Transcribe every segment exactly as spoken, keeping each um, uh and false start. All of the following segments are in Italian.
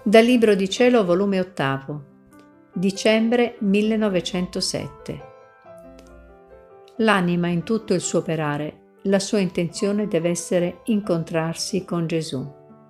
Dal Libro di Cielo, volume ottavo, dicembre millenovecentosette. L'anima in tutto il suo operare, la sua intenzione deve essere incontrarsi con Gesù.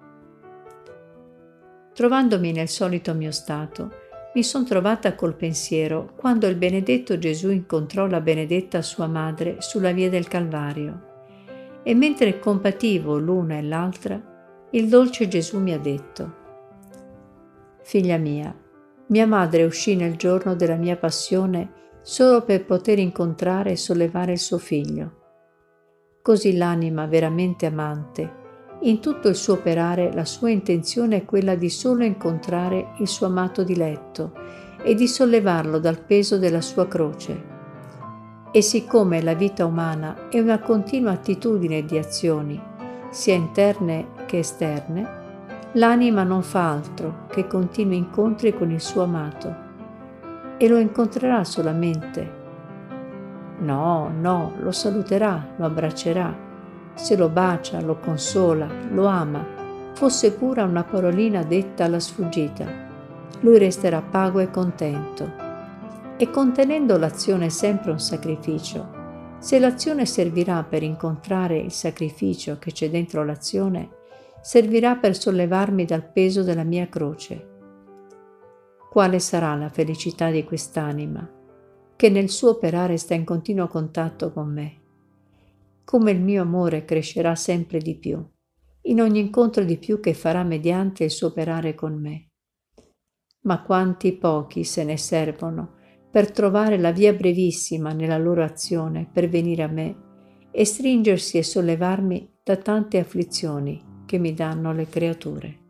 Trovandomi nel solito mio stato, mi son trovata col pensiero quando il benedetto Gesù incontrò la benedetta sua madre sulla via del Calvario, e mentre compativo l'una e l'altra, il dolce Gesù mi ha detto: «Figlia mia, mia madre uscì nel giorno della mia passione solo per poter incontrare e sollevare il suo figlio. Così l'anima veramente amante, in tutto il suo operare, la sua intenzione è quella di solo incontrare il suo amato diletto e di sollevarlo dal peso della sua croce. E siccome la vita umana è una continua attitudine di azioni, sia interne che esterne, l'anima non fa altro che continui incontri con il suo amato, e lo incontrerà solamente. No, no, lo saluterà, lo abbraccerà, se lo bacia, lo consola, lo ama, fosse pure una parolina detta alla sfuggita, lui resterà pago e contento. E contenendo l'azione sempre un sacrificio, se l'azione servirà per incontrare il sacrificio che c'è dentro l'azione, servirà per sollevarmi dal peso della mia croce. Quale sarà la felicità di quest'anima, che nel suo operare sta in continuo contatto con me? Come il mio amore crescerà sempre di più, in ogni incontro di più che farà mediante il suo operare con me. Ma quanti pochi se ne servono per trovare la via brevissima nella loro azione per venire a me e stringersi e sollevarmi da tante afflizioni che mi danno le creature.